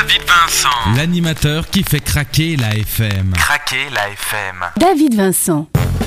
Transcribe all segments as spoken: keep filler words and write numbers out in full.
David Vincent, l'animateur qui fait craquer la F M. Craquer la F M. David Vincent.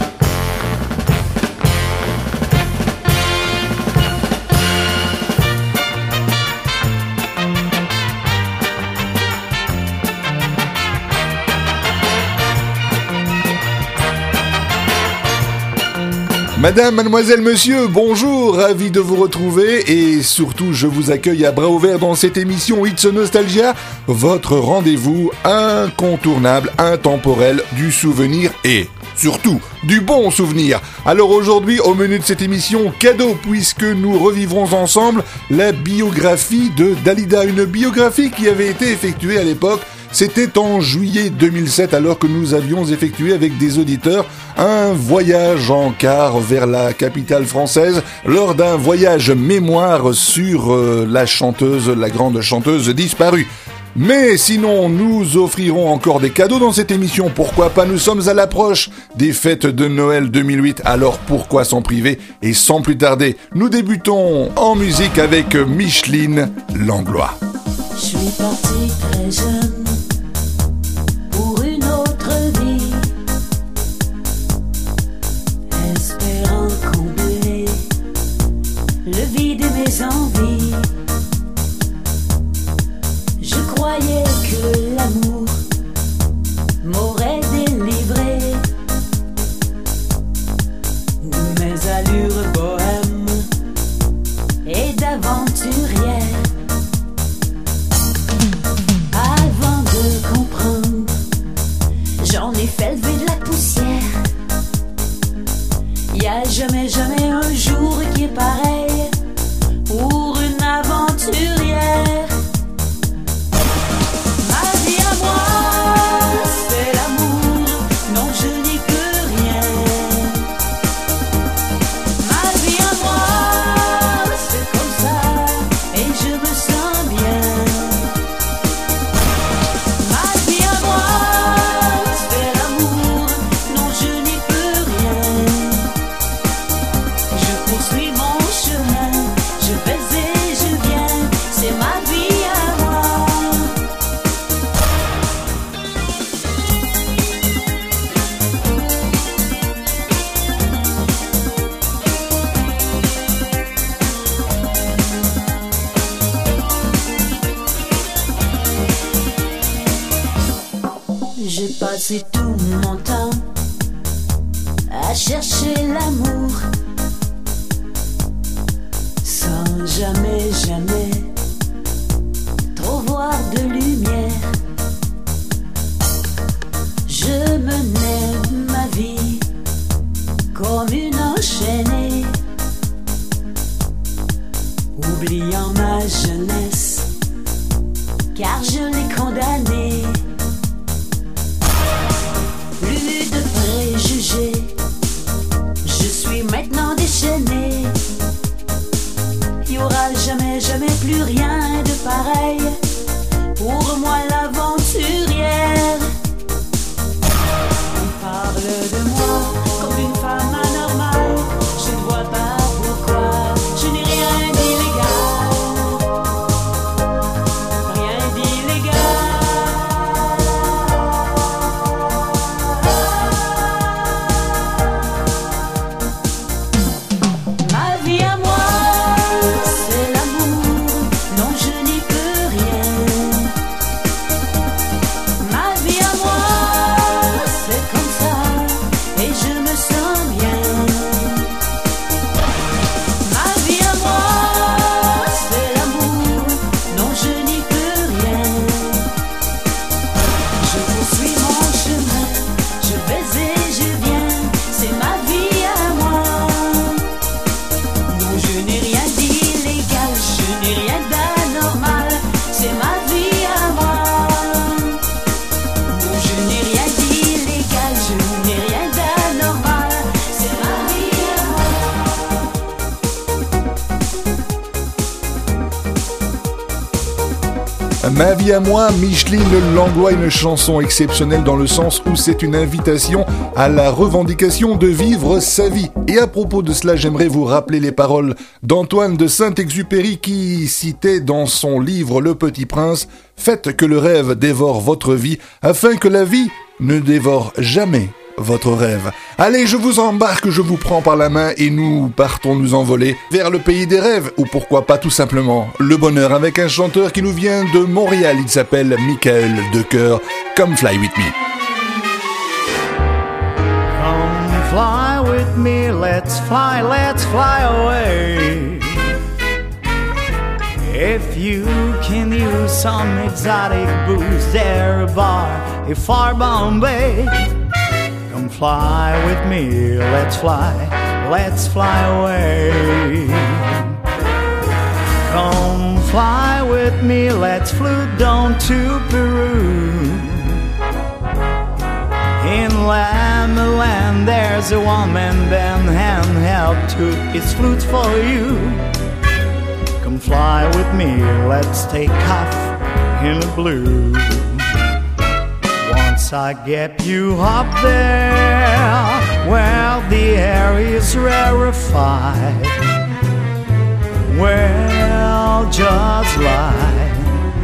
Madame, mademoiselle, monsieur, bonjour, ravi de vous retrouver et surtout je vous accueille à bras ouverts dans cette émission It's Nostalgia, votre rendez-vous incontournable, intemporel du souvenir et surtout du bon souvenir. Alors aujourd'hui, au menu de cette émission, cadeau puisque nous revivrons ensemble la biographie de Dalida, une biographie qui avait été effectuée à l'époque. C'était en juillet deux mille sept alors que nous avions effectué avec des auditeurs un voyage en car vers la capitale française lors d'un voyage mémoire sur euh, la chanteuse, la grande chanteuse disparue. Mais sinon, nous offrirons encore des cadeaux dans cette émission. Pourquoi pas? Nous sommes à l'approche des fêtes de Noël deux mille huit. Alors pourquoi s'en priver? Et sans plus tarder, nous débutons en musique avec Micheline Langlois. Je suis partie très jeune pour une autre vie, espérant combler le vide de mes envies. Je croyais que l'amour m'aurait délivré de mes allures bohèmes et d'aventurière. Avant de comprendre, j'en ai fait lever de la poussière. Y'a jamais, jamais un jour qui est pareil pour une aventurière. Ma vie à moi, c'est l'amour, non je n'y peux rien. Ma vie à moi, c'est comme ça, et je me sens bien. Ma vie à moi, c'est l'amour, non je n'y peux rien. Je poursuis mon chemin, je vais et je viens, c'est ma vie à moi. J'ai passé tout mon temps à chercher l'amour, sans jamais, jamais trop voir de lumière. Je menais ma vie comme une enchaînée, oubliant ma jeunesse, car je l'ai condamnée. Plus de préjugés, je suis maintenant déchaînée. Il y aura jamais, jamais plus rien de pareil pour moi l'aventurière. On parle de moi comme une femme anormale, je ne vois pas pourquoi je n'ai rien d'illégal, rien d'illégal. Ma vie à moi, c'est l'amour, non je n'y peux rien. Ma vie à moi, Micheline Langlois, une chanson exceptionnelle dans le sens où c'est une invitation à la revendication de vivre sa vie. Et à propos de cela, j'aimerais vous rappeler les paroles d'Antoine de Saint-Exupéry qui citait dans son livre Le Petit Prince « Faites que le rêve dévore votre vie afin que la vie ne dévore jamais votre rêve. » Allez, je vous embarque, je vous prends par la main et nous partons nous envoler vers le pays des rêves, ou pourquoi pas tout simplement le bonheur avec un chanteur qui nous vient de Montréal. Il s'appelle Michael Decoeur. Come fly with me. Come fly with me, let's fly, let's fly away. If you can use some exotic booze, there a bar in far Bombay. Come fly with me, let's fly, let's fly away. Come fly with me, let's fly down to Peru. In Lamaland there's a one-man band, handheld to its flute for you. Come fly with me, let's take off in the blue. Once I get you up there where the air is rarefied, well, just like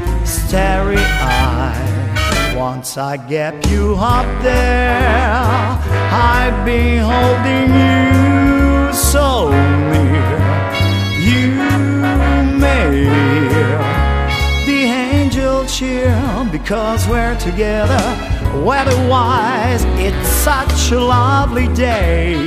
starry-eyed. Once I get you up there, I've been holding you so near. You may hear the angel cheer because we're together. Weather-wise, it's such a lovely day.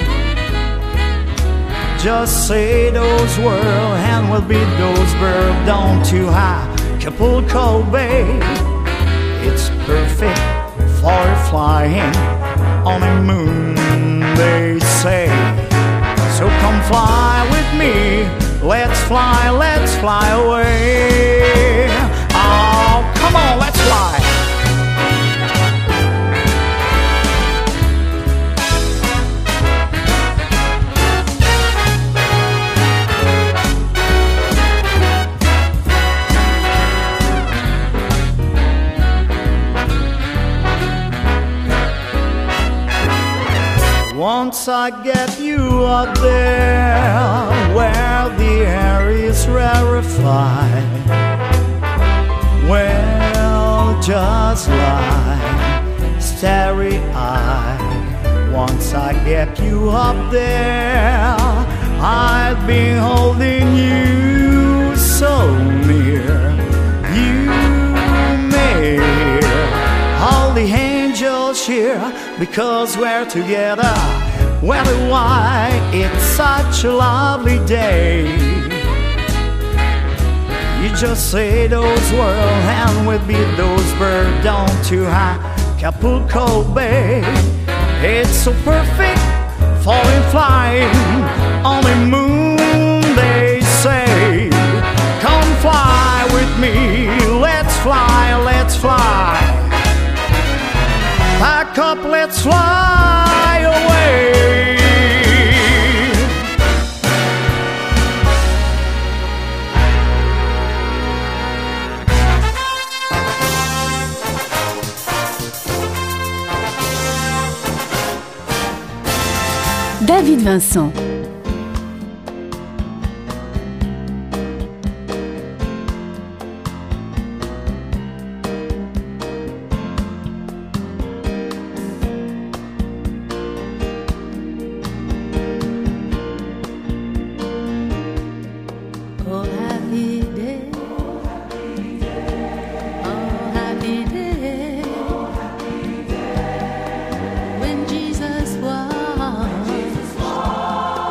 Just say those words and we'll beat those birds down to Acapulco Bay. It's perfect for flying on a moon, they say. So come fly with me, let's fly, let's fly away. Oh, come on, let's fly. Once I get you up there where the air is rarefied, well, just like starry-eyed. Once I get you up there, I've been holding you so near. You may hear all the angels cheer because we're together. Well, why, it's such a lovely day. You just say those words and we'll beat those birds down to Acapulco Bay. It's so perfect for flying on the moon, they say. Come fly with me, let's fly, let's fly. Pack up, let's fly away. David Vincent. When Jesus was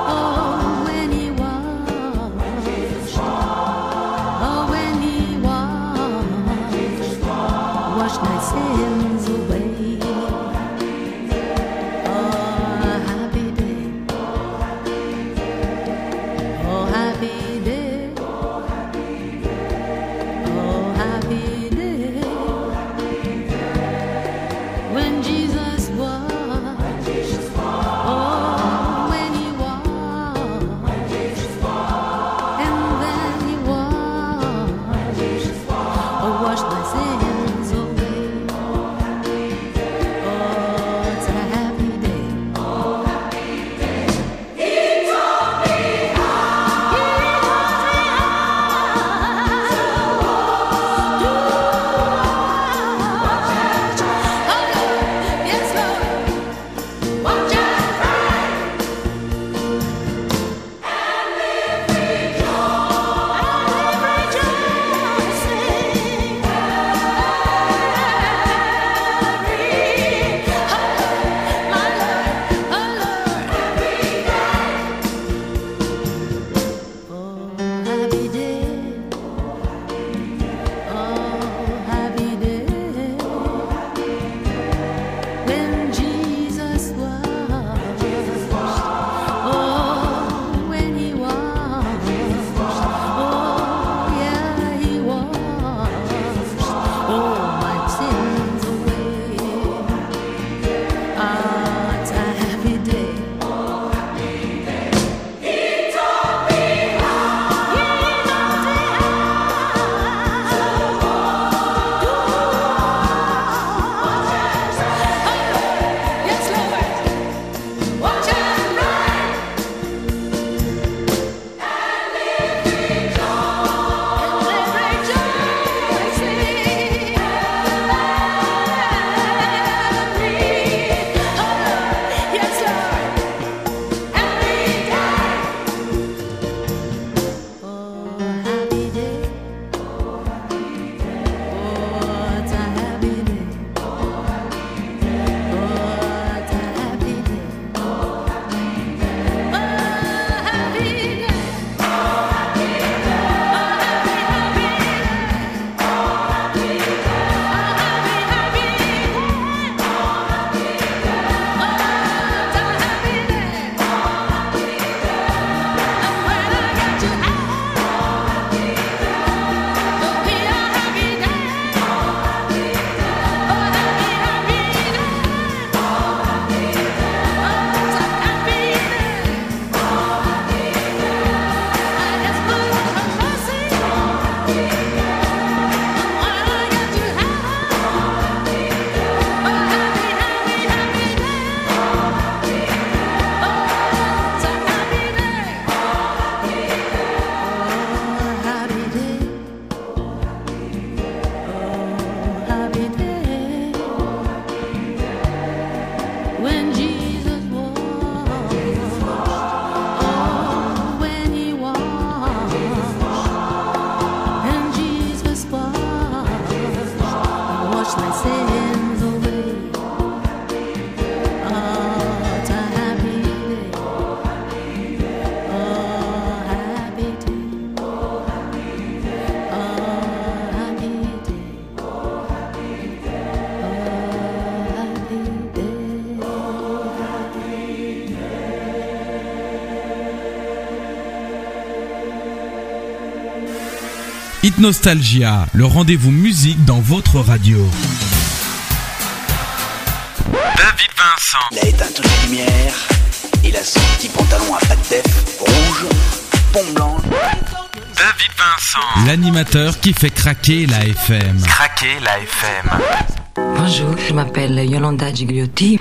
Hit Nostalgia, le rendez-vous musique dans votre radio. David Vincent. Il a éteint toutes les lumières. Il a son petit pantalon à pattes def, rouge, pont blanc. David Vincent. L'animateur qui fait craquer la F M. Craquer la F M. Bonjour, je m'appelle Yolanda Gigliotti.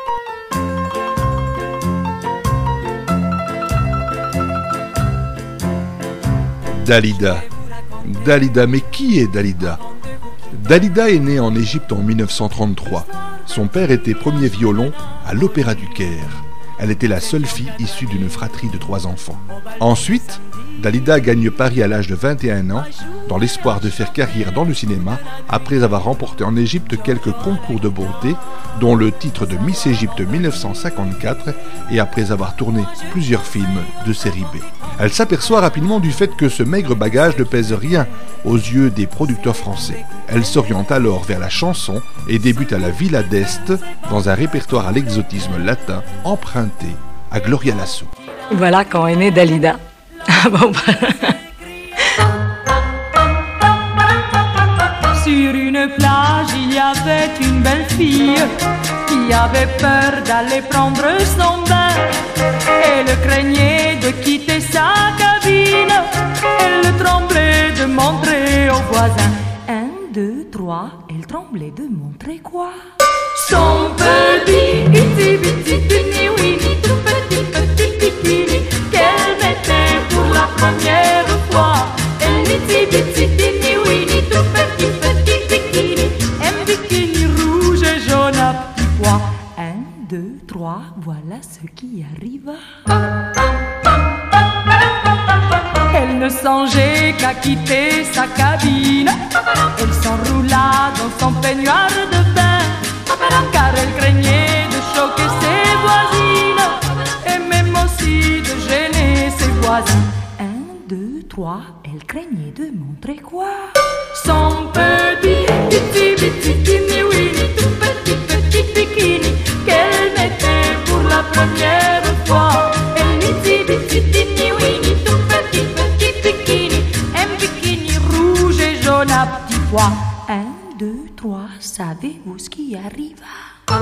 Dalida. Dalida, mais qui est Dalida ? Dalida est née en Égypte en dix-neuf cent trente-trois. Son père était premier violon à l'Opéra du Caire. Elle était la seule fille issue d'une fratrie de trois enfants. Ensuite, Dalida gagne Paris à l'âge de vingt et un ans, dans l'espoir de faire carrière dans le cinéma, après avoir remporté en Égypte quelques concours de beauté, dont le titre de Miss Égypte dix-neuf cent cinquante-quatre, et après avoir tourné plusieurs films de série B. Elle s'aperçoit rapidement du fait que ce maigre bagage ne pèse rien aux yeux des producteurs français. Elle s'oriente alors vers la chanson et débute à la Villa d'Est, dans un répertoire à l'exotisme latin emprunté à Gloria Lasso. Voilà quand est née Dalida. Ah bon, Sur une plage, il y avait une belle fille qui avait peur d'aller prendre son bain. Elle craignait de quitter sa cabine. Elle tremblait de montrer aux voisins. Un, deux, trois, elle tremblait de montrer quoi? Son petit iti biti tini wini, tout petit petit bikini qu'elle mettait pour la première fois. Elle iti biti tini wini, tout petit petit bikini, un bikini rouge et jaune à petits pois. Un, deux, trois, voilà ce qui arriva. Elle ne songeait qu'à quitter sa cabine. Elle s'enroula dans son peignoir de bain, car elle craignait de choquer ses voisines et même aussi de gêner ses voisins. Un, deux, trois, elle craignait de montrer quoi? Son petit petit petit tini wini, tout petit petit bikini qu'elle mettait pour la première fois. Elle petit petit tini wini, tout petit petit bikini, un bikini rouge et jaune à petits pois. Un, deux, trois, savez-vous ce qui arriva?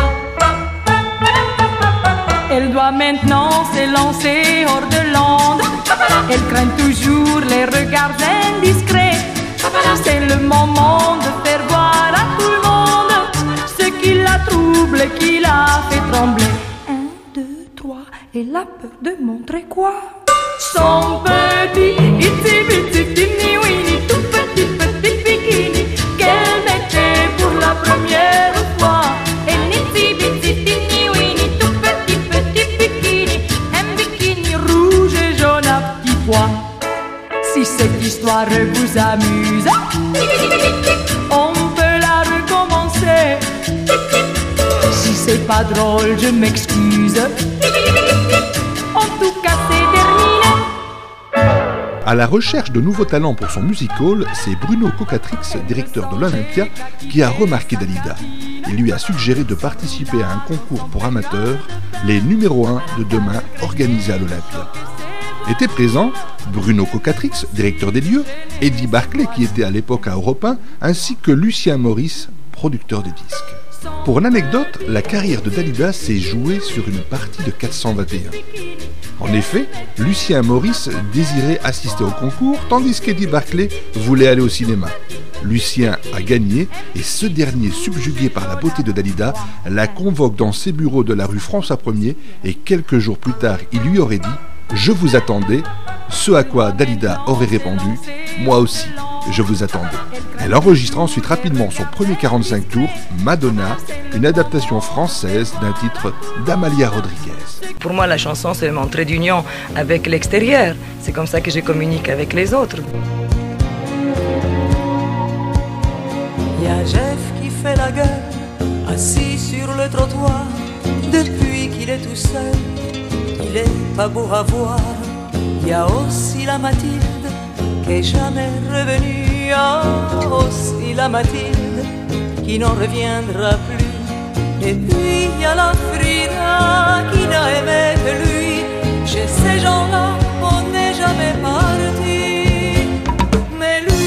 Elle doit maintenant s'élancer hors de l'onde. Elle craint toujours les regards indiscrets. C'est le moment de faire voir à tout le monde ce qui la trouble et qui la fait trembler. Un, deux, trois, elle a peur de montrer quoi? Son petit iti biti tini wini, tout petit petit bikini qu'elle mettait pour la première fois. Elle iti biti tini wini, tout petit petit bikini, un bikini rouge et jaune à petits pois. Si cette histoire vous amuse, on peut la recommencer. Si c'est pas drôle, je m'excuse. En tout cas, c'est terminé. À la recherche de nouveaux talents pour son musical, c'est Bruno Cocatrix, directeur de l'Olympia, qui a remarqué Dalida. Il lui a suggéré de participer à un concours pour amateurs, les numéro un de demain organisé à l'Olympia. Étaient présents Bruno Cocatrix, directeur des lieux, Eddie Barclay, qui était à l'époque à Europe un, ainsi que Lucien Maurice, producteur des disques. Pour l'anecdote, la carrière de Dalida s'est jouée sur une partie de quatre cent vingt et un. En effet, Lucien Maurice désirait assister au concours, tandis qu'Eddie Barclay voulait aller au cinéma. Lucien a gagné et ce dernier, subjugué par la beauté de Dalida, la convoque dans ses bureaux de la rue François premier et quelques jours plus tard, il lui aurait dit « Je vous attendais », ce à quoi Dalida aurait répondu « Moi aussi, je vous attendais ». Elle enregistre ensuite rapidement son premier quarante-cinq tours, Madonna, une adaptation française d'un titre d'Amalia Rodriguez. Pour moi, la chanson, c'est mon trait d'union avec l'extérieur. C'est comme ça que je communique avec les autres. Il y a Jeff qui fait la gueule, assis sur le trottoir. Depuis qu'il est tout seul, il est pas beau à voir. Il y a aussi la Mathilde qui est jamais revenue. Il y a aussi la Mathilde qui n'en reviendra plus. Et puis il y a la Frida qui n'a aimé que lui. Chez ces gens-là, on n'est jamais parti. Mais lui,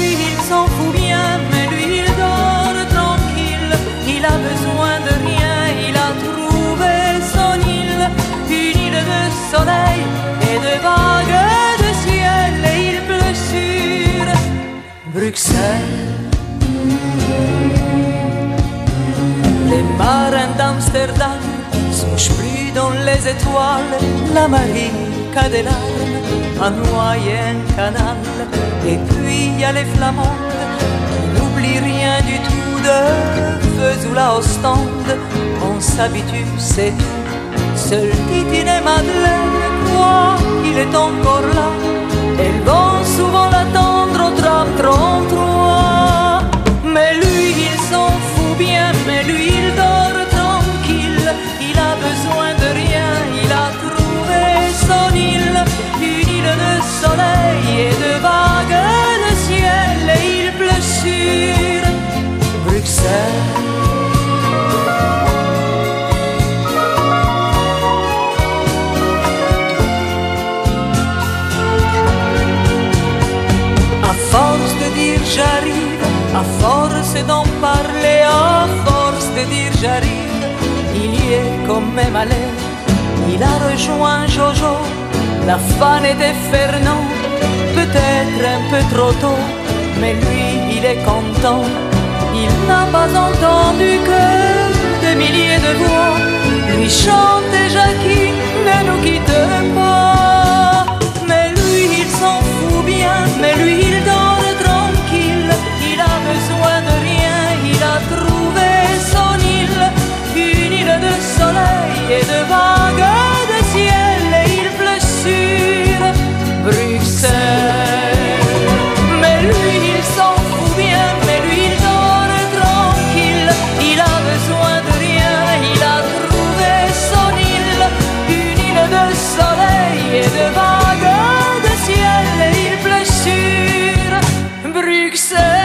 Bruxelles. Les marins d'Amsterdam souchent plus dans les étoiles, la marine qu'a des larmes a noyé un canal. Et puis il y a les flamandes qui n'oublient rien du tout de Vesoul à Ostende. On s'habitue, c'est tout. Seul Titine et Madeleine croient qu'il est encore là. Elles vont souvent l'attendre au tram trente-trois. Mais lui il s'en fout bien, mais lui il dort tranquille. Il a besoin de rien, il a trouvé son île. Une île de soleil et de vagues de ciel. Et il pleut sur Bruxelles. À force de dire j'arrive, à force d'en parler, à force de dire j'arrive, il y est quand même allé. Il a rejoint Jojo, la Fan était Fernand, peut-être un peu trop tôt, mais lui il est content. Il n'a pas entendu que des milliers de voix lui chanter Jackie, ne nous quitte pas. Mais lui il s'en fout bien, mais lui il dort tranquille. Il a besoin de rien, il a trouvé son île. Une île de soleil et de vagues de ciel. Et il pleut sur Bruxelles. Mais lui il s'en fout bien, mais lui il dort tranquille. Il a besoin de rien, il a trouvé son île. Une île de soleil et de vagues de ciel. Et il pleut sur Bruxelles.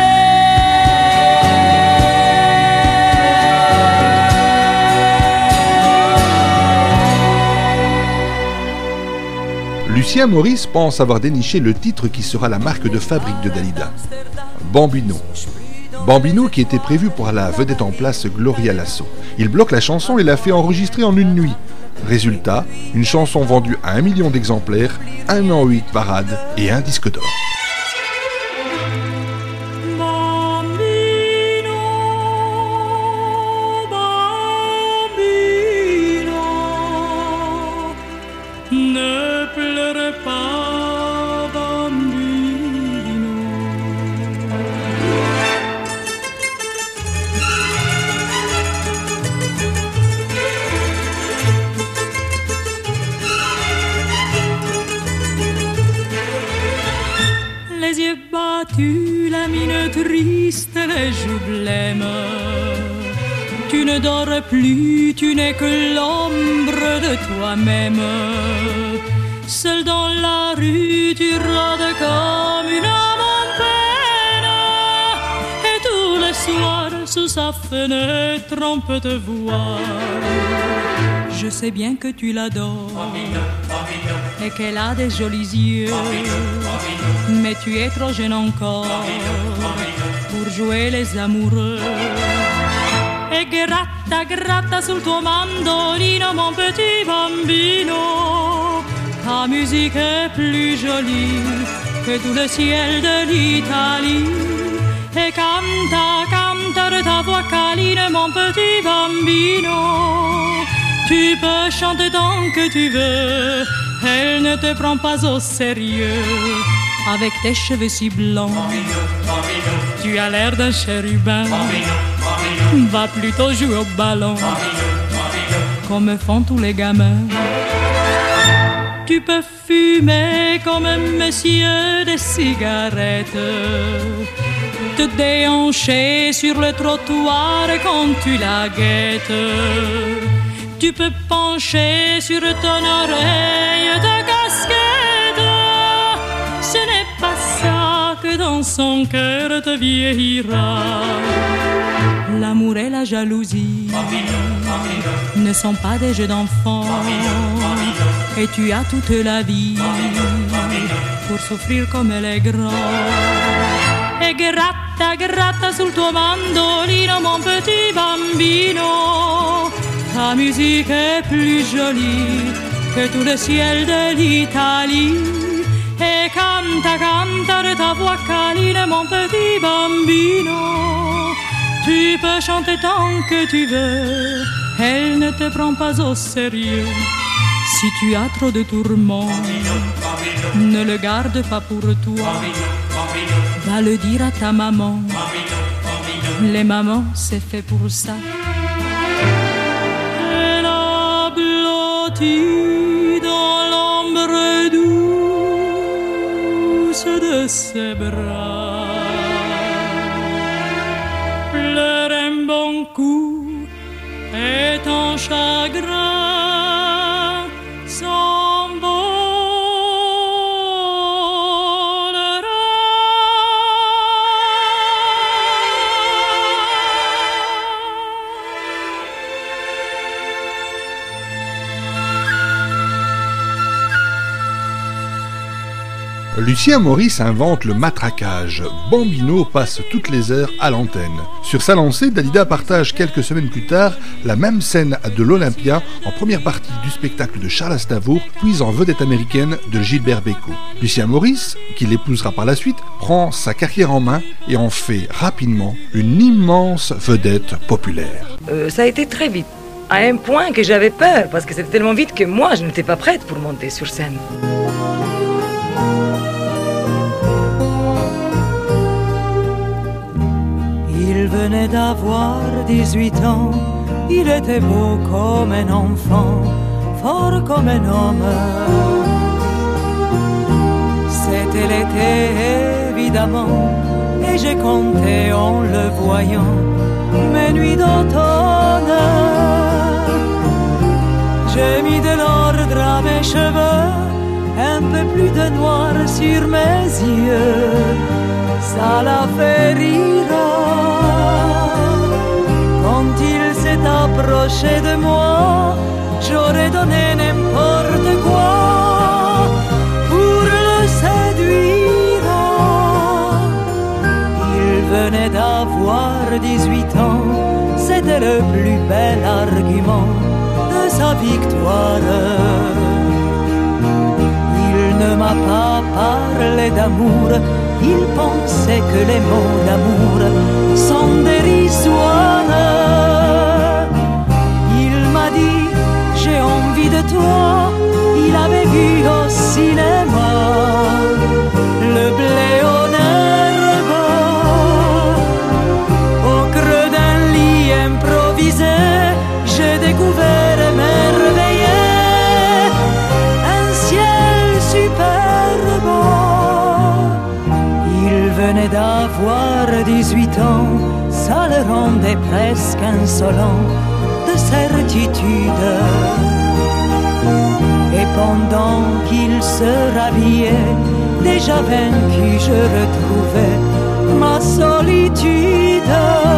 Lucien Maurice pense avoir déniché le titre qui sera la marque de fabrique de Dalida. Bambino. Bambino qui était prévu pour la vedette en place Gloria Lasso. Il bloque la chanson et la fait enregistrer en une nuit. Résultat, une chanson vendue à un million d'exemplaires, un an huit parades et un disque d'or. La mine triste, les joues blêmes. Tu ne dors plus, tu n'es que l'ombre de toi-même. Seul dans la rue, tu rôdes comme une âme en peine. Et tous les soirs, sous sa fenêtre, on peut te voir. Je sais bien que tu l'adores et qu'elle a des jolis yeux, mais tu es trop jeune encore pour jouer les amoureux. E gratta, gratta sul tuo mandolino, mon petit bambino. Ta musique est plus jolie que tout le ciel de l'Italie. E canta, canta de ta voix câline, mon petit bambino. Tu peux chanter tant que tu veux, elle ne te prend pas au sérieux. Avec tes cheveux si blancs, tu as l'air d'un chérubin. Va plutôt jouer au ballon, comme font tous les gamins. Tu peux fumer comme un monsieur des cigarettes, te déhancher sur le trottoir quand tu la guettes. Tu peux pencher sur ton oreille ta casquette. Ce n'est pas ça que dans son cœur te vieillira. L'amour et la jalousie ne sont pas des jeux d'enfants. Et tu as toute la vie pour souffrir comme elle est grande. E gratta, gratta sul tuo mandolino, mon petit bambino. Ta musique est plus jolie que tout le ciel de l'Italie. E canta, canta de ta voix câline. Caline, mon petit bambino, tu peux chanter tant que tu veux, elle ne te prend pas au sérieux. Si tu as trop de tourments, ne le garde pas pour toi, va le dire à ta maman. Les mamans, c'est fait pour ça. Elle a blotti dans l'ombre douce de ses bras, pleure un bon coup et ton chagrin s'envolera. Lucien Maurice invente le matraquage. Bambino passe toutes les heures à l'antenne. Sur sa lancée, Dalida partage quelques semaines plus tard la même scène de l'Olympia en première partie du spectacle de Charles Aznavour, puis en vedette américaine de Gilbert Bécaud. Lucien Maurice, qui l'épousera par la suite, prend sa carrière en main et en fait rapidement une immense vedette populaire. Euh, ça a été très vite, à un point que j'avais peur, parce que c'était tellement vite que moi, je n'étais pas prête pour monter sur scène. Il venait d'avoir dix-huit ans, il était beau comme un enfant, fort comme un homme. C'était l'été évidemment, et j'ai compté en le voyant mes nuits d'automne. J'ai mis de l'ordre à mes cheveux, un peu plus de noir sur mes yeux, ça l'a fait rire. Quand il s'est approché de moi, j'aurais donné n'importe quoi pour le séduire. Il venait d'avoir dix-huit ans, c'était le plus bel argument de sa victoire. Il ne m'a pas parlé d'amour, il pensait que les mots d'amour sont dérisoires. Il m'a dit j'ai envie de toi, il avait vu au cinéma le blé en herbe, au creux d'un lit improvisé, j'ai découvert émerveillé un ciel superbe. Il venait d'avoir dix-huit ans, ça le rendait presque insolent de certitude. Et pendant qu'il se rhabillait, déjà vaincu, je retrouvais ma solitude.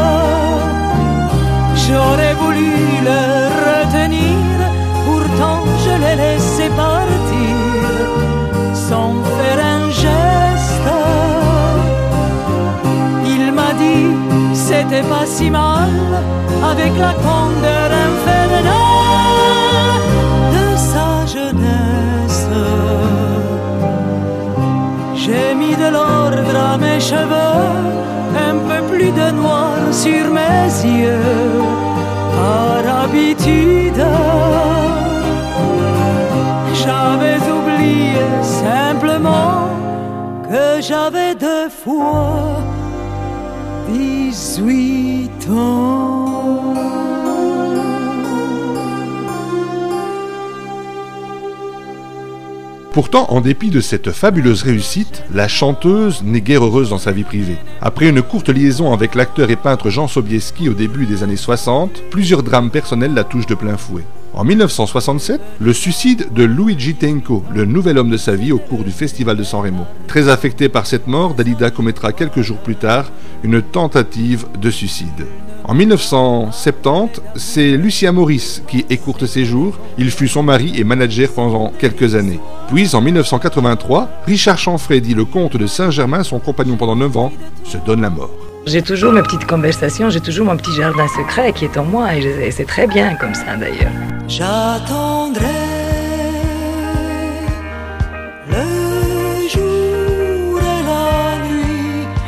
J'aurais voulu le retenir, pourtant je l'ai laissé partir sans faire un geste. Il m'a dit c'était pas si mal, avec la candeur infernale de sa jeunesse. J'ai mis de l'ordre à mes cheveux, un peu plus de noir sur mes yeux, par habitude. J'avais oublié simplement que j'avais deux fois dix-huit ans. Pourtant, en dépit de cette fabuleuse réussite, la chanteuse n'est guère heureuse dans sa vie privée. Après une courte liaison avec l'acteur et peintre Jean Sobieski au début des années soixante, plusieurs drames personnels la touchent de plein fouet. En mille neuf cent soixante-sept, le suicide de Luigi Tenco, le nouvel homme de sa vie au cours du festival de San Remo. Très affectée par cette mort, Dalida commettra quelques jours plus tard une tentative de suicide. En mille neuf cent soixante-dix, c'est Lucien Maurice qui écourte ses jours. Il fut son mari et manager pendant quelques années. Puis en mille neuf cent quatre-vingt-trois, Richard Chanfray, dit le comte de Saint-Germain, son compagnon pendant neuf ans, se donne la mort. J'ai toujours mes petites conversations, j'ai toujours mon petit jardin secret qui est en moi, et, je, et c'est très bien comme ça d'ailleurs. J'attendrai le jour et la nuit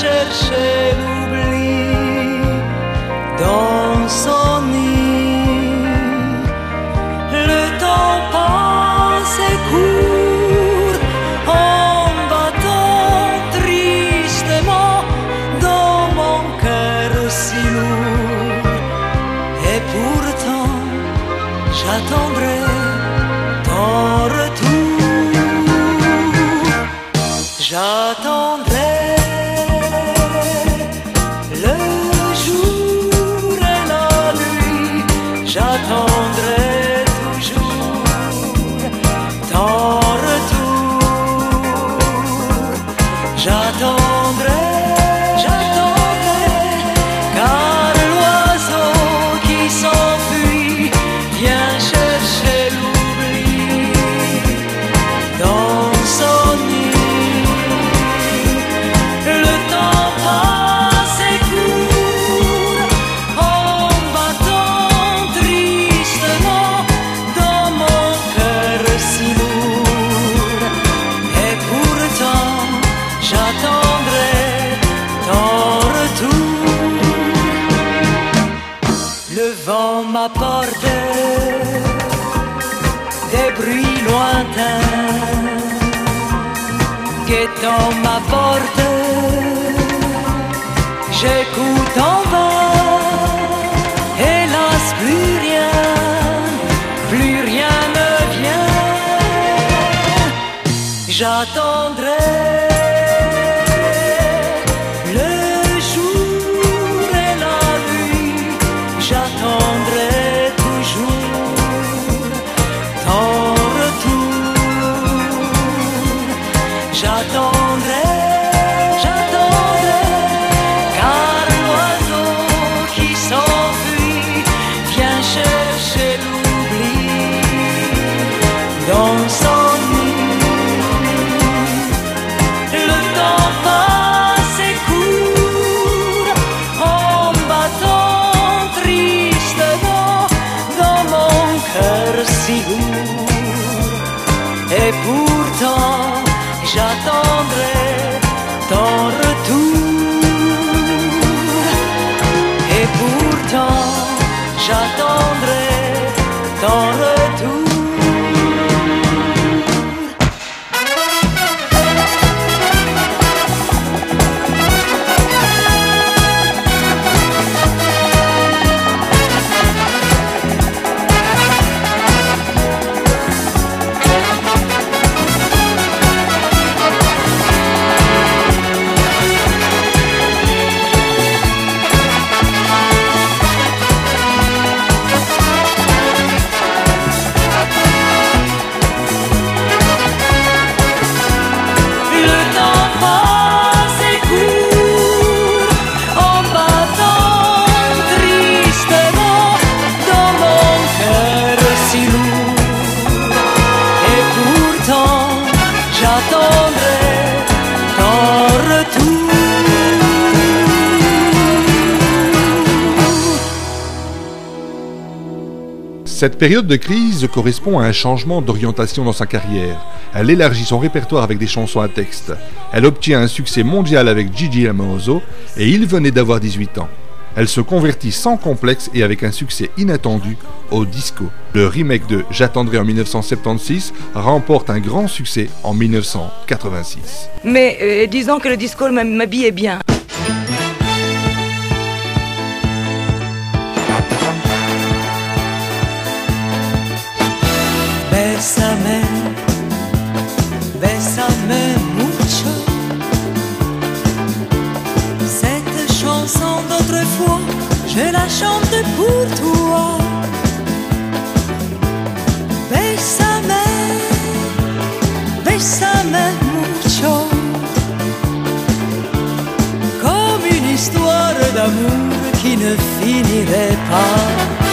chercher l'oubli dans son nid. Le temps passe et court en battant tristement dans mon cœur si lourd. Et pourtant j'attendrai ton retour. J'attendrai le jour et la nuit. J'attendrai toujours ton retour. J'attendrai, j'attendrai, car l'oiseau qui s'enfuit vient chercher l'oubli dans son nid. Le temps passe et court en battant tristement dans mon cœur si lourd. Et pourtant j'attendrai ton retour. Le vent m'apporte des bruits lointains, guettant ma porte, j'écoute en vain. Hélas, plus rien, plus rien ne vient. J'attendrai le jour et la nuit. J'attendrai toujours ton retour. J'attendrai, j'attendrai, car l'oiseau qui s'enfuit vient chercher l'oubli dans son nid. Le temps passe et court en battant tristement dans mon cœur si lourd. Et pourtant j'attendrai ton retour. Et pourtant j'attendrai ton retour. Le temps passe et court en battant tristement dans mon cœur si lourd. Et pourtant j'attendrai ton retour. Cette période de crise correspond à un changement d'orientation dans sa carrière. Elle élargit son répertoire avec des chansons à texte. Elle obtient un succès mondial avec Gigi Lamoso et il venait d'avoir dix-huit ans. Elle se convertit sans complexe et avec un succès inattendu au disco. Le remake de J'attendrai en dix-neuf cent soixante-seize remporte un grand succès en dix-neuf cent quatre-vingt-six. Mais euh, disons que le disco m'habillait bien. Bésame, bésame mucho. Cette chanson d'autrefois, je la chante pour toi. Bésame, bésame mucho. Comme une histoire d'amour qui ne finirait pas.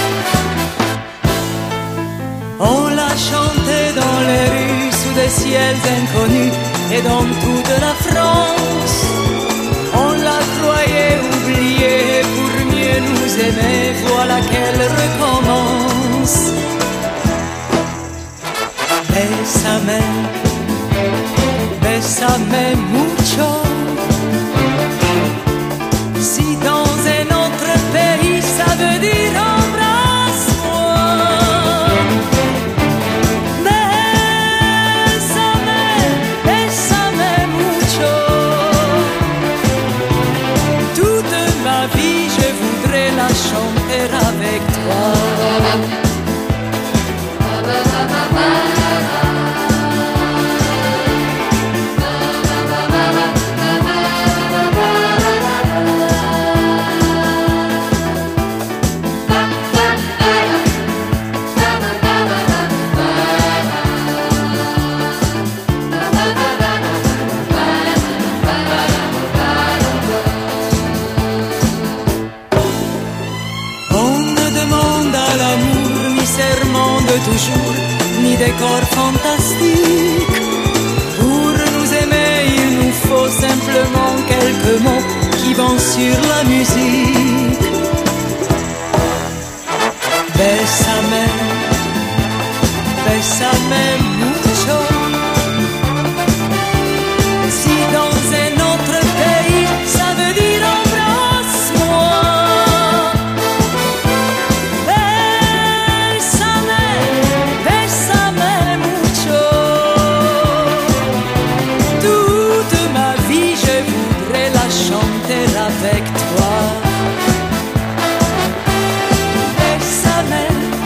On l'a chanté dans les rues sous des ciels inconnus et dans toute la France. On la croyait oubliée pour mieux nous aimer, voilà qu'elle recommence. Bésame, bésame mucho. toujours, ni décor fantastique. Pour nous aimer, il nous faut simplement quelques mots qui vont sur la musique. Bésame, bésame mucho. Si dans un autre pays, ça veut dire embrasse-moi. Bésame, bésame mucho. Toute ma vie, je voudrais la chanter avec toi. Bésame,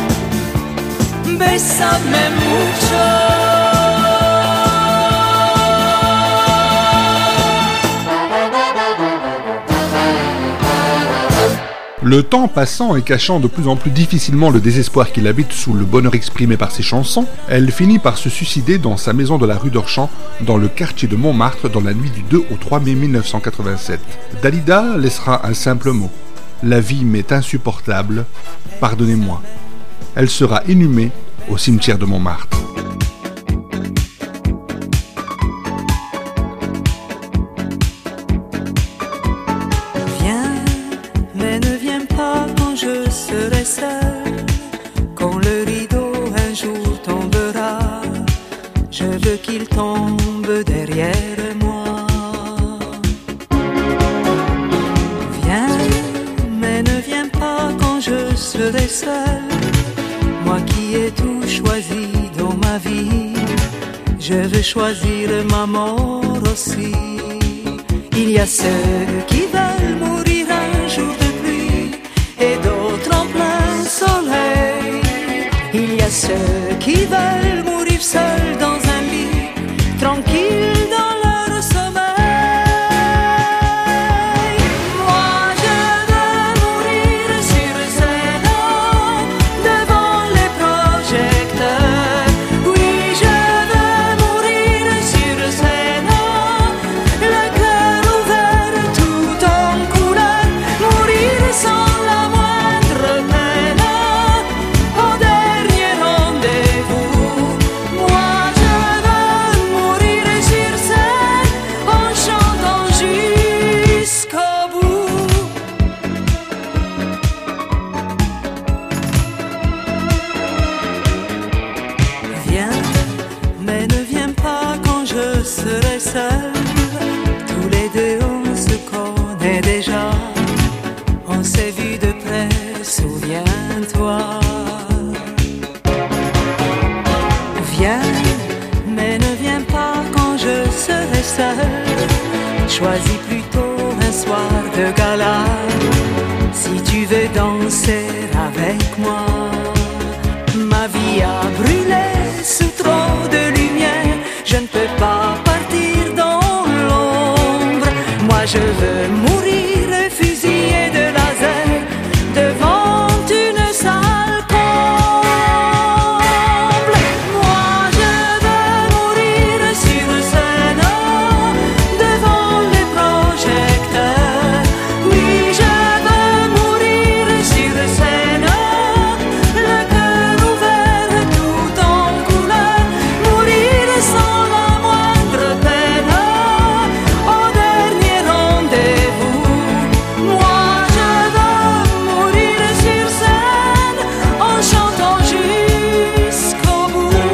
bésame mucho. Le temps passant et cachant de plus en plus difficilement le désespoir qu'il habite sous le bonheur exprimé par ses chansons, elle finit par se suicider dans sa maison de la rue d'Orchamps, dans le quartier de Montmartre, dans la nuit du deux au trois mai mille neuf cent quatre-vingt-sept. Dalida laissera un simple mot. La vie m'est insupportable, pardonnez-moi. Elle sera inhumée au cimetière de Montmartre. Viens, mais ne viens pas quand je serai seul. Quand le rideau un jour tombera, je veux qu'il tombe derrière moi. Viens, mais ne viens pas quand je serai seul. Moi qui ai tout choisi dans ma vie, je veux choisir ma mort aussi. Il y a ceux qui veulent mourir un jour de pluie et d'autres en plein soleil. Il y a ceux qui veulent mourir seuls dans un lit, tranquilles dans leur sommeil. Moi je veux mourir sur scène, devant les projecteurs. Oui, je veux mourir sur scène, le cœur ouvert tout en couleur. Mourir sans la moindre peine, au dernier rendez-vous. Moi je veux mourir sur scène, en chantant jusqu'au bout. Viens, mais ne viens pas quand je serai seul. Tous les deux on se connaît déjà, on s'est vu de près, souviens-toi. Viens, mais ne viens pas quand je serai seul. Choisis plutôt un soir de gala, si tu veux danser avec moi. Ma vie a brûlé sous trop de lumière, je ne peux pas partir dans l'ombre. Moi je veux mourir fusillé de laser devant une salle comble. Moi je veux mourir sur scène, devant les projecteurs. Oui, je veux mourir sur scène, le cœur ouvert tout en couleur. Mourir sans la moindre peine, au dernier rendez-vous. Moi je veux mourir sur scène, en chantant jusqu'au bout.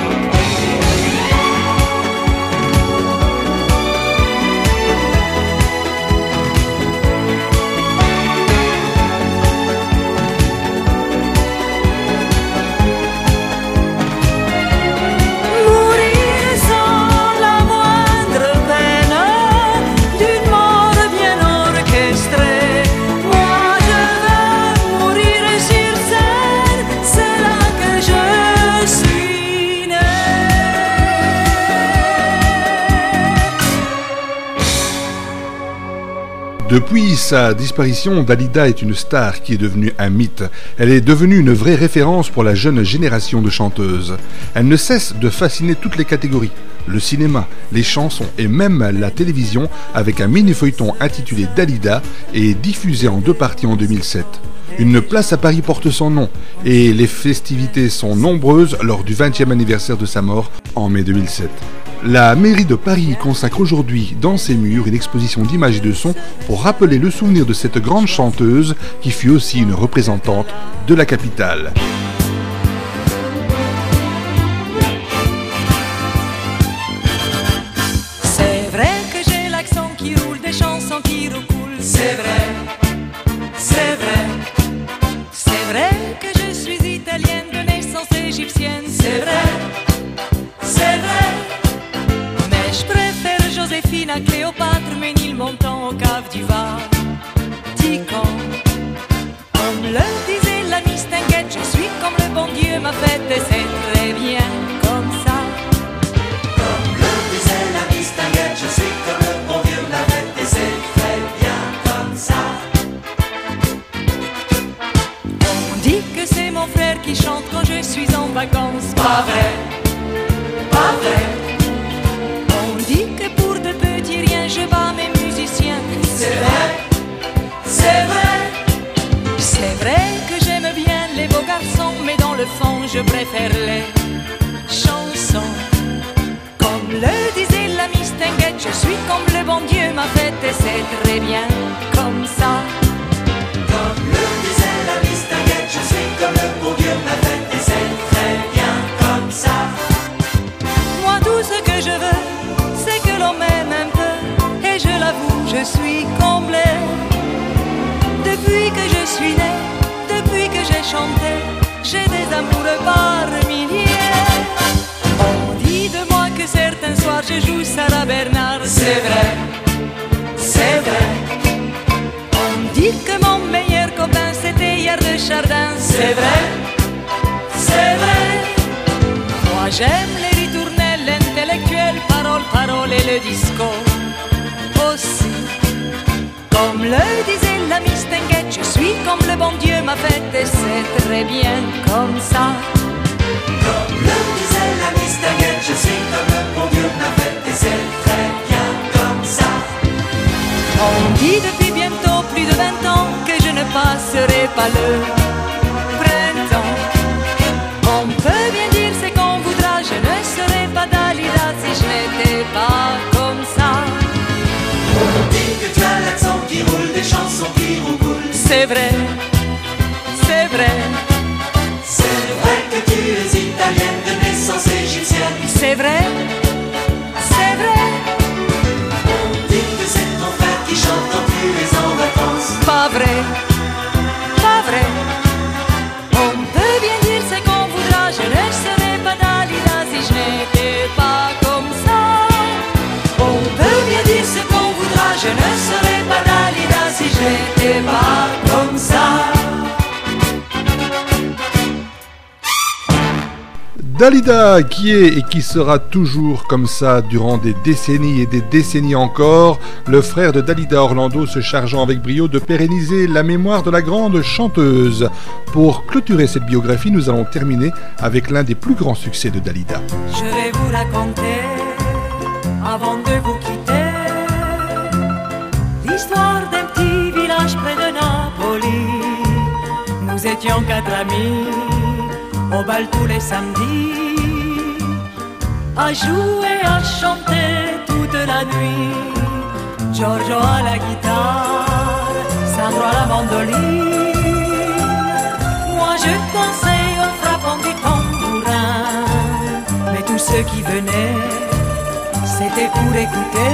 Mourir sans la moindre peine, d'une mort bien orchestrée. Moi je veux mourir sur scène, c'est là que je suis né. Depuis sa disparition, Dalida est une star qui est devenue un mythe. Elle est devenue une vraie référence pour la jeune génération de chanteuses. Elle ne cesse de fasciner toutes les catégories. Le cinéma, les chansons et même la télévision avec un mini-feuilleton intitulé Dalida et diffusé en deux parties en deux mille sept. Une place à Paris porte son nom et les festivités sont nombreuses lors du vingtième anniversaire de sa mort en mai deux mille sept. La mairie de Paris consacre aujourd'hui dans ses murs une exposition d'images et de sons pour rappeler le souvenir de cette grande chanteuse qui fut aussi une représentante de la capitale. C'est vrai que j'ai l'accent qui roule, des chansons qui recoulent. C'est vrai, c'est vrai. C'est vrai que je suis italienne de naissance égyptienne. C'est vrai, c'est vrai. Je préfère Joséphine à Cléopâtre, Ménilmontant au cave du Vatican. Comme le disait la Mistinguette, je suis comme le bon Dieu m'a fait et c'est très bien comme ça. Comme le disait la Mistinguette, je suis comme le bon Dieu m'a fait et c'est très bien comme ça. On dit que c'est mon frère qui chante quand je suis en vacances. Pas vrai, pas vrai. Je bats mes musiciens. C'est vrai, c'est vrai. C'est vrai que j'aime bien les beaux garçons, mais dans le fond je préfère les chansons. Comme le disait la Mistinguette, je suis comme le bon Dieu m'a fait et c'est très bien comme ça. Comme le disait la Mistinguette, je suis comme le bon Dieu m'a fait et c'est très bien comme ça. Moi tout ce que je veux, c'est que l'on m'aime un peu. Et je l'avoue, je suis comblé. Depuis que je suis né, depuis que j'ai chanté, j'ai des amoureux par milliers. On dit de moi que certains soirs je joue Sarah Bernard. C'est vrai, c'est vrai. On dit que mon meilleur copain c'était hier de Chardin. C'est vrai, c'est vrai. Moi j'aime les ritournelles, l'intellectuel, parole, parole et le disco. Aussi. Comme le disait la Mistinguette, je suis comme le bon Dieu m'a fait et c'est très bien comme ça. Comme le disait la Mistinguette, je suis comme le bon Dieu m'a fait et c'est très bien comme ça. On dit depuis bientôt plus de vingt ans que je ne passerai pas le printemps. On peut bien dire c'est qu'on voudra, je ne serai pas Dalida si je n'étais pas comme ça. On dit que tu as l'accent qui roule, des chansons qui roucoulent. C'est vrai, c'est vrai. C'est vrai que tu es italienne de naissance égyptienne. C'est vrai, c'est vrai. On dit que c'est ton frère qui chante quand tu es en vacances. Pas vrai, pas vrai. On peut bien dire c'est qu'on voudra, je ne serai pas Dalida si je n'étais pas comme ça. On peut bien dire ce qu'on voudra, je ne serai pas Dalida si je n'étais pas comme ça. Dalida qui est et qui sera toujours comme ça durant des décennies et des décennies encore, le frère de Dalida, Orlando, se chargeant avec brio de pérenniser la mémoire de la grande chanteuse. Pour clôturer cette biographie, nous allons terminer avec l'un des plus grands succès de Dalida. Je vais vous raconter, avant de vous quitter, l'histoire d'un petit village près de Napoli. Nous étions quatre amis, au bal tous les samedis, à jouer, à chanter toute la nuit. Giorgio à la guitare, Sandro à la mandoline. Moi je dansais en frappant du tambourin. Mais tous ceux qui venaient, c'était pour écouter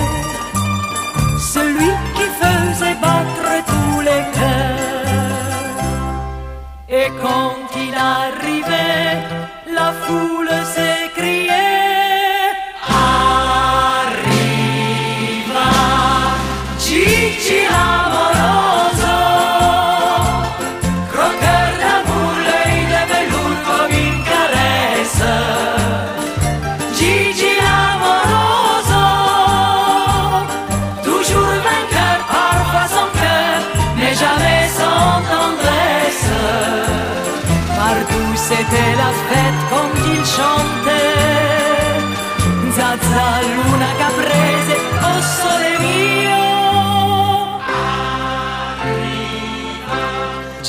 celui qui faisait battre tous les cœurs. Et quand il arrivait, la foule s'écriait: Arriva Gigi l'amoroso, croqueur d'amour, l'œil de velours comme une caresse. Gigi l'amoroso, toujours vainqueur, parfois sans cœur, mais jamais sans tendresse. Partout c'était la fête quand il chantait Zazza, Luna, Caprese, oh sole mio.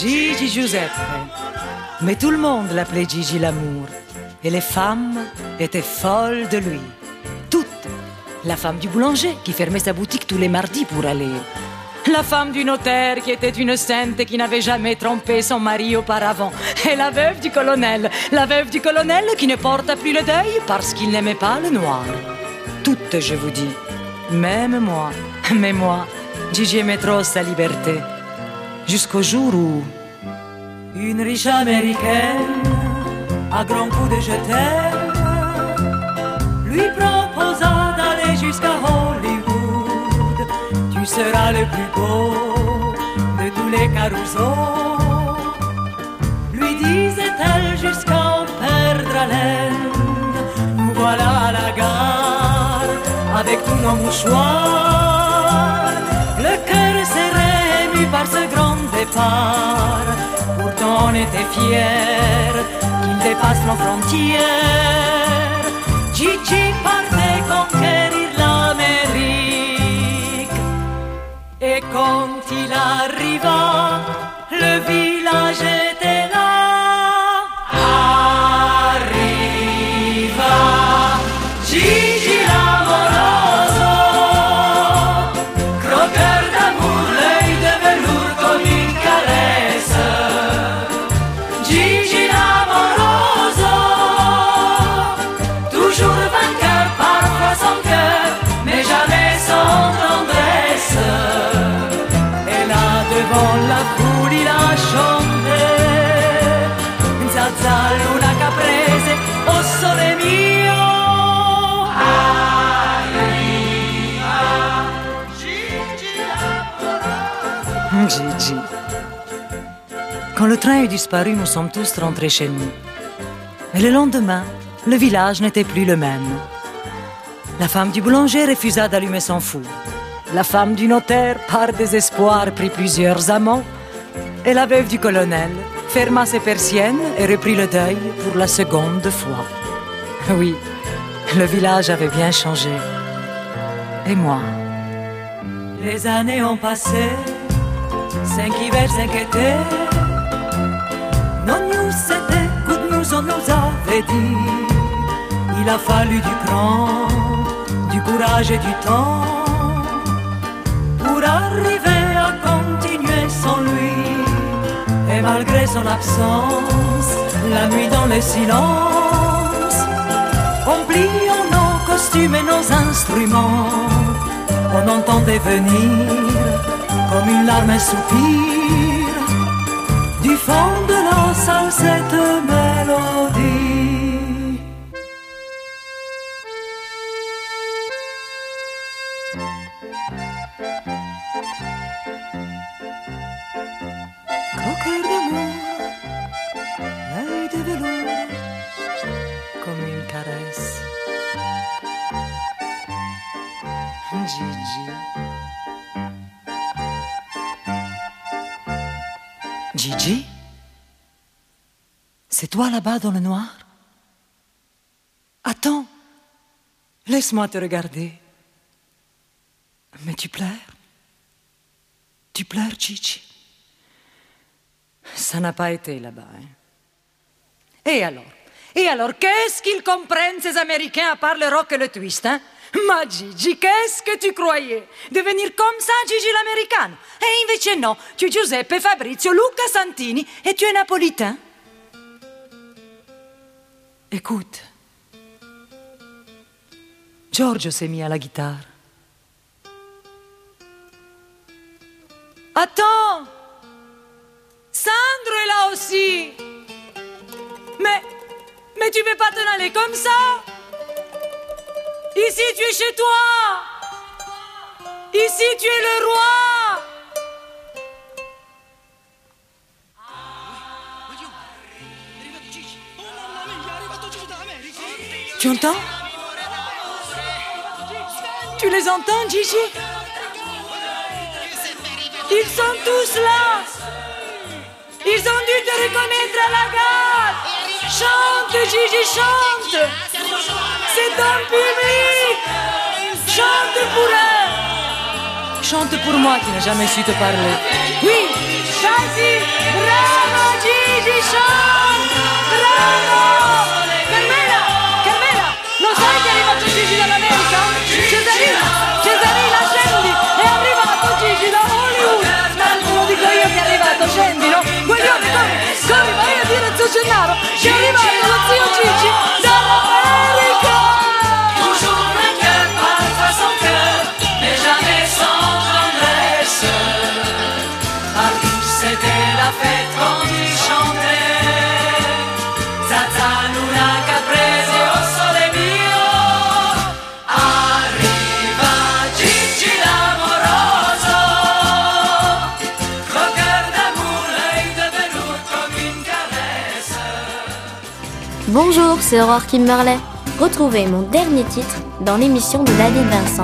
Giuseppe. Mais tout le monde l'appelait Gigi l'amour. Et les femmes étaient folles de lui. Toutes. La femme du boulanger qui fermait sa boutique tous les mardis pour aller. La femme du notaire qui était une sainte et qui n'avait jamais trompé son mari auparavant. Et la veuve du colonel. La veuve du colonel qui ne porta plus le deuil parce qu'il n'aimait pas le noir. Toutes, je vous dis. Même moi. Mais moi, Gigi aimait trop sa liberté. Jusqu'au jour où une riche américaine, à grands coups de je t'aime, lui proposa d'aller jusqu'à Hollywood. Tu seras le plus beau de tous les carousaux, lui disait-elle jusqu'à en perdre haleine. Nous voilà à la gare avec tous nos mouchoirs, le cœur serré ému par ce grand départ. Pourtant on était fiers qu'il dépasse nos frontières. Gigi partait conquérir l'Amérique. Et quand il arriva, le village était là. Arriva Gigi l'amoroso, croqueur d'amour, l'œil de velours comme une caresse. Gigi l'amoroso, toujours vainqueur, parfois sans cœur, mais jamais sans tendresse. Et là devant la foule il a chanté Zaza Luna Caprese, oh sole mio. Arriva Gigi l'amoroso. Gigi. Quand le train eut disparu, nous sommes tous rentrés chez nous. Mais le lendemain, le village n'était plus le même. La femme du boulanger refusa d'allumer son four. La femme du notaire, par désespoir, prit plusieurs amants. Et la veuve du colonel ferma ses persiennes et reprit le deuil pour la seconde fois. Oui, le village avait bien changé. Et moi? Les années ont passé, cinq hivers, cinq étés. Non news, c'était good news, on nous avait dit. Il a fallu du cran, du courage et du temps pour arriver à continuer sans lui. Et malgré son absence, la nuit dans le silence, en pliant nos costumes et nos instruments, on entendait venir comme une larme, un soupir du fond de la salle, cette mélodie. Croqueur d'amour, l'œil de velours, comme une caresse. Gigi. Gigi? C'est toi là-bas dans le noir? Attends, laisse-moi te regarder. Mais tu pleures? Tu pleures, Gigi? Ça n'a pas été là-bas, hein? Et alors? Et alors, qu'est-ce qu'ils comprennent, ces Américains, à part le rock et le twist, hein? Ma Gigi, qu'est-ce que tu croyais? Devenir comme ça, Gigi l'américaine? E invece no, tu es Giuseppe, Fabrizio, Luca Santini et tu es napolitain. Écoute, Giorgio s'est mis à la guitare. Attends, Sandro est là aussi. Mais, mais tu peux pas t'en aller comme ça. Ici, tu es chez toi. Ici, tu es le roi. Tu entends? Tu les entends, Gigi? Ils sont tous là. Ils ont dû te reconnaître à la gare. Chante, Gigi, chante. C'est ton public. Chante pour eux. chante pour moi qui n'ai jamais su te parler. Oui, Chassi, bravo Gigi, chante, bravo! Carmela, Carmela, lo sai che è arrivato Gigi dall'America? Cesarina, Cesarina, scendi, è arrivato Gigi da Hollywood. Tanto lo dico io che è arrivato, scendi, no? Guaglione, corri, corri, vai a dire a zio Gennaro che è arrivato lo zio Gigi dall'America. Toujours un cœur parfois sans cœur, mais jamais sans tendresse. Partout c'était la fête quand il chantait. Zaza, Luna, Caprese, oh sole mio. Arriva Gigi l'amoroso, col cœur d'amour, l'œil de velours comme une caresse. Bonjour, c'est Aurore Kimberley. Retrouvez mon dernier titre dans l'émission de David Vincent.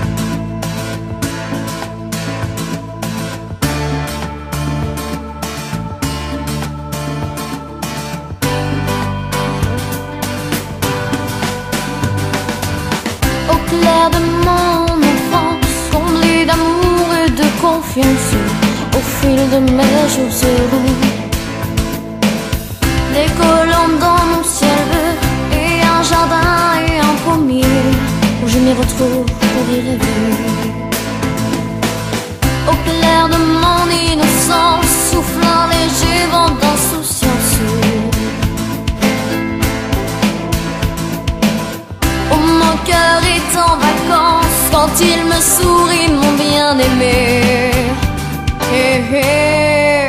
Au clair de mon enfance, comblé d'amour et de confiance, au fil de mes jours heureux, décollant dans mon ciel bleu, et un jardin et un pommier où je m'y retrouve pour y rêver. Au clair de mon innocence, souffle un léger vent d'insouciance. Oh, mon cœur est en vacances quand il me sourit, mon bien-aimé. Hey, hey.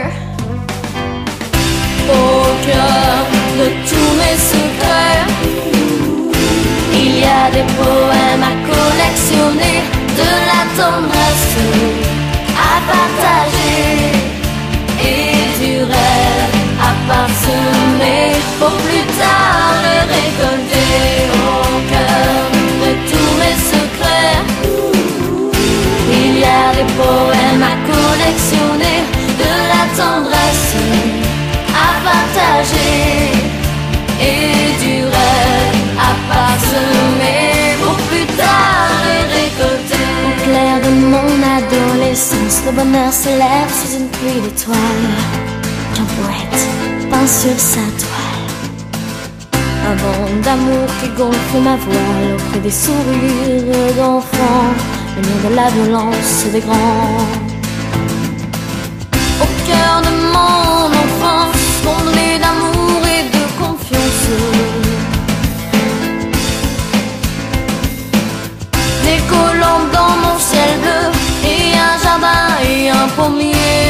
Au cœur de tous mes secrets, il y a des poèmes à collectionner, de la tendresse à partager et du rêve à parsemer pour plus tard le récolter. Au cœur de tous mes secrets, il y a des poèmes à collectionner, de la tendresse à partager et du rêve à parsemer pour plus tard le récolter. Au clair de mon adolescence, le bonheur se lève sous une pluie d'étoiles, qu'un poète peint sur sa toile. Un vent d'amour qui gonfle ma voile auprès des sourires d'enfants, le nom de la violence des grands. Au cœur de mon enfance, comblé d'amour et de confiance, décollant dans mon ciel bleu, et un jardin et un pommier.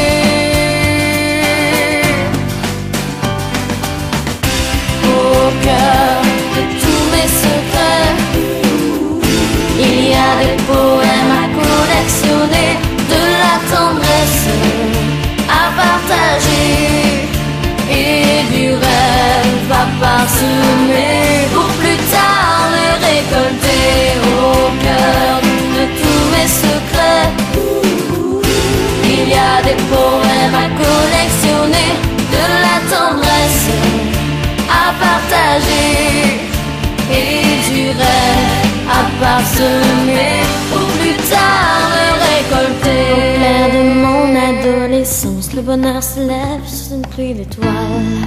Au cœur de tous mes secrets, il y a des poèmes à collectionner, de la tendresse à partager et du rêve à parsemer pour plus tard le récolter. Au cœur de tous mes secrets, il y a des poèmes à collectionner, de la tendresse à partager et du rêve à parsemer pour plus tard le récolter. Au clair de mon adolescence, le bonheur se lève sous une pluie d'étoiles.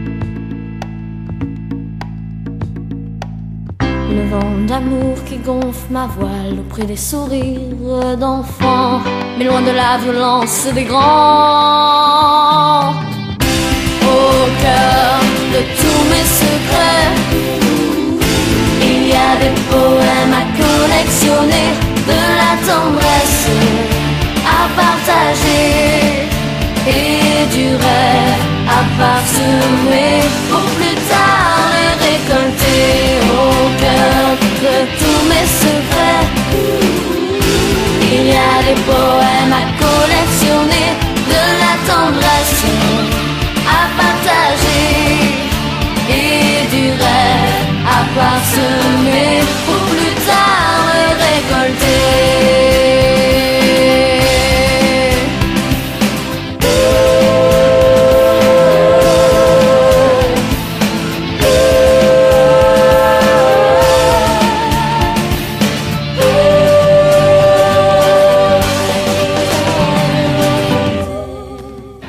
Le vent d'amour qui gonfle ma voile auprès des sourires d'enfants, mais loin de la violence des grands. Au cœur de tous mes secrets, il y a des poèmes à collectionner, de la tendresse à partager et du rêve à parsemer pour plus tard le récolter. Au cœur de tous mes secrets, il y a des poèmes à collectionner, de la tendresse à partager et du rêve à parsemer pour plus tard le récolter.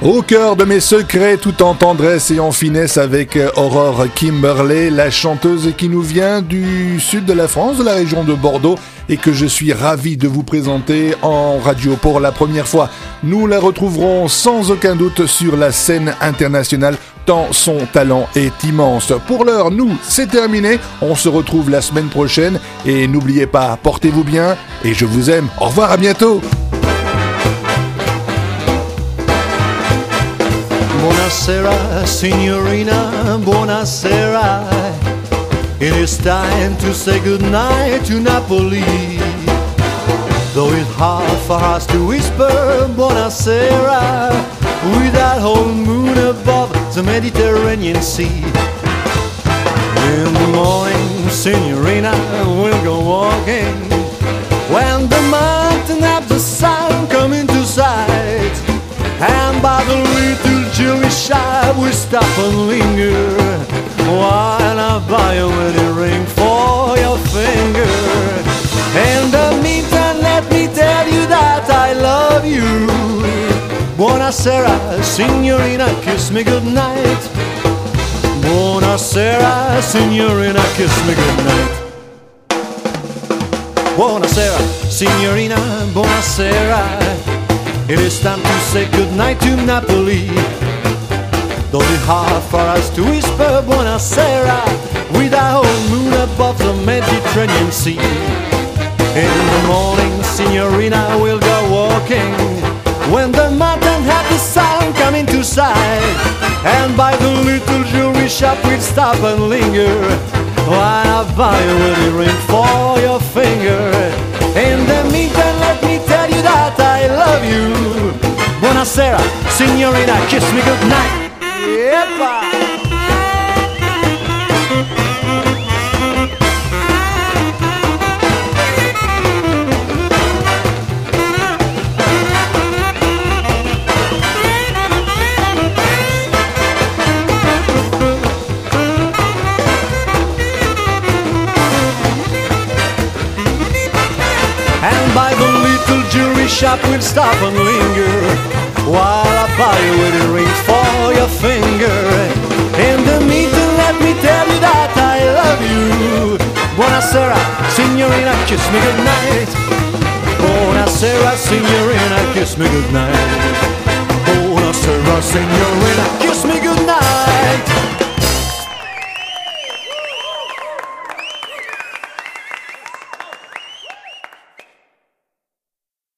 Au cœur de mes secrets, tout en tendresse et en finesse avec Aurore Kimberley, la chanteuse qui nous vient du sud de la France, de la région de Bordeaux, et que je suis ravi de vous présenter en radio pour la première fois. Nous la retrouverons sans aucun doute sur la scène internationale, tant son talent est immense. Pour l'heure, nous, c'est terminé. On se retrouve la semaine prochaine et n'oubliez pas, portez-vous bien et je vous aime. Au revoir, à bientôt. Buonasera, signorina, buonasera. It is time to say goodnight to Napoli. Though it's hard for us to whisper buonasera, with that whole moon above the Mediterranean Sea. In the morning, signorina, we'll go walking, when the mountain have the sun come into sight, and by the little jewelry shop we stop and linger, while I buy a wedding ring for your finger. In the meantime, let me tell you that I love you. Buonasera, signorina, kiss me goodnight. Buonasera, signorina, kiss me goodnight. Buonasera, signorina, buonasera. It is time to say goodnight to Napoli. Though it's hard for us to whisper buonasera, with a whole moon above the Mediterranean Sea. In the morning, signorina, we'll go walking, when the mountain have the sun come into sight, and by the little jewelry shop we'll stop and linger, while I buy a wedding ring for your finger. In the meantime, let me tell you that I love you. Buonasera, signorina, kiss me goodnight. Yepa! By the little jewelry shop we'll stop and linger, while I buy a wedding ring for your finger. In the meantime, let me tell you that I love you. Buonasera, signorina, kiss me goodnight. Buonasera, signorina, kiss me goodnight. Buonasera, signorina, kiss me goodnight.